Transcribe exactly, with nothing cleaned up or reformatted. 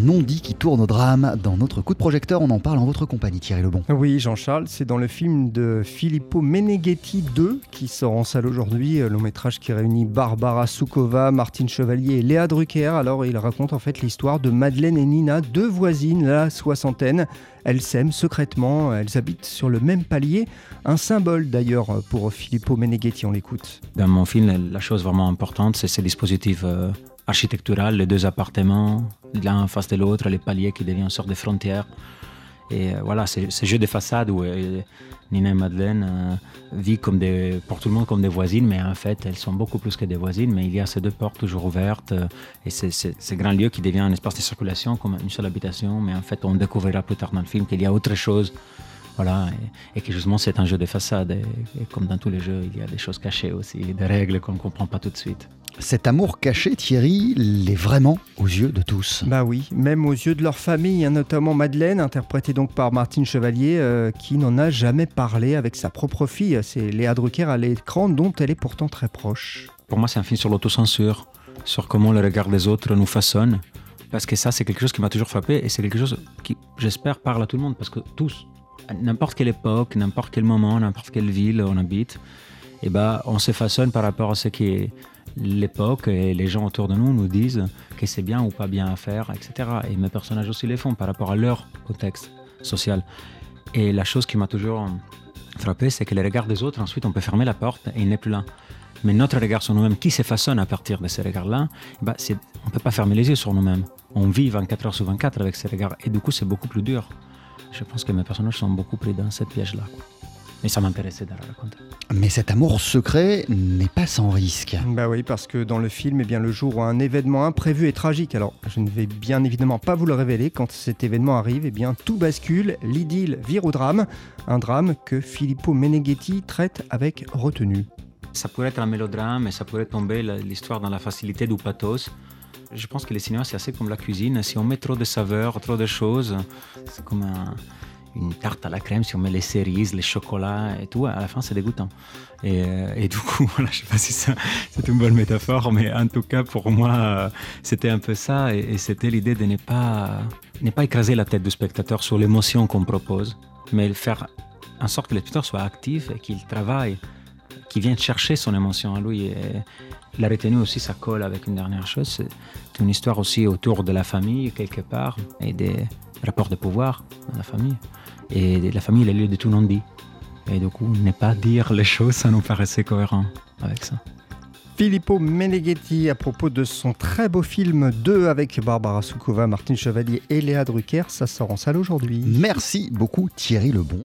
non-dit qui tourne au drame. Dans notre coup de projecteur, on en parle en votre compagnie, Thierry Lebon. Oui, Jean-Charles, c'est dans le film de Filippo Meneghetti deux qui sort en salle aujourd'hui, long métrage qui réunit Barbara Suková, Martine Chevalier et Léa Drucker. Alors il raconte en fait l'histoire de Madeleine et Nina, deux voisines, la soixantaine. Elles s'aiment secrètement, elles habitent sur le même palier, un symbole d'ailleurs pour Filippo Meneghetti, on l'écoute. Dans mon film, la chose vraiment importante, c'est ce dispositif euh, architectural, les deux appartements, l'un en face de l'autre, les paliers qui deviennent une sorte de frontière. Et euh, voilà, c'est ce jeu de façade où euh, Nina et Madeleine euh, vivent comme des, pour tout le monde comme des voisines, mais en fait, elles sont beaucoup plus que des voisines, mais il y a ces deux portes toujours ouvertes, euh, et c'est ce grand lieu qui devient un espace de circulation comme une seule habitation, mais en fait, on découvrira plus tard dans le film qu'il y a autre chose. Voilà, et, et que justement c'est un jeu de façade, et, et comme dans tous les jeux, il y a des choses cachées aussi, des règles qu'on ne comprend pas tout de suite. Cet amour caché, Thierry, l'est vraiment aux yeux de tous. Bah oui, même aux yeux de leur famille, hein, notamment Madeleine, interprétée donc par Martine Chevalier, euh, qui n'en a jamais parlé avec sa propre fille. C'est Léa Drucker à l'écran, dont elle est pourtant très proche. Pour moi, c'est un film sur l'autocensure, sur comment le regard des autres nous façonne, parce que ça, c'est quelque chose qui m'a toujours frappé, et c'est quelque chose qui, j'espère, parle à tout le monde, parce que tous, à n'importe quelle époque, n'importe quel moment, n'importe quelle ville on habite, et ben, on se façonne par rapport à ce qui est l'époque, et les gens autour de nous nous disent que c'est bien ou pas bien à faire, et cetera. Et mes personnages aussi les font par rapport à leur contexte social. Et la chose qui m'a toujours frappé, c'est que les regards des autres, ensuite on peut fermer la porte et il n'est plus là. Mais notre regard sur nous-mêmes, qui se façonne à partir de ces regards-là, ben c'est, on ne peut pas fermer les yeux sur nous-mêmes. On vit vingt-quatre heures sur vingt-quatre avec ces regards, et du coup c'est beaucoup plus dur. Je pense que mes personnages sont beaucoup pris dans cette piège-là, quoi. Et ça m'intéressait de la raconter. Mais cet amour secret n'est pas sans risque. Bah oui, parce que dans le film, eh bien, le jour où un événement imprévu et tragique, alors je ne vais bien évidemment pas vous le révéler, quand cet événement arrive, eh bien, tout bascule, l'idylle vire au drame, un drame que Filippo Meneghetti traite avec retenue. Ça pourrait être un mélodrame, et ça pourrait tomber l'histoire dans la facilité du pathos. Je pense que le cinéma, c'est assez comme la cuisine. Si on met trop de saveurs, trop de choses, c'est comme un, une tarte à la crème. Si on met les cerises, les chocolats et tout, à la fin, c'est dégoûtant. Et, et du coup, voilà, je ne sais pas si ça, c'est une bonne métaphore, mais en tout cas, pour moi, c'était un peu ça. Et, et c'était l'idée de ne pas, ne pas écraser la tête du spectateur sur l'émotion qu'on propose, mais faire en sorte que le spectateur soit actif et qu'il travaille, qu'il vienne chercher son émotion à lui. Et, la retenue aussi, ça colle avec une dernière chose. C'est une histoire aussi autour de la famille, quelque part, et des rapports de pouvoir dans la famille. Et la famille est le lieu de tout non-dit. Et du coup, ne pas dire les choses, ça nous paraissait cohérent avec ça. Filippo Meneghetti à propos de son très beau film deux avec Barbara Suková, Martine Chevalier et Léa Drucker. Ça sort en salle aujourd'hui. Merci beaucoup, Thierry Lebon.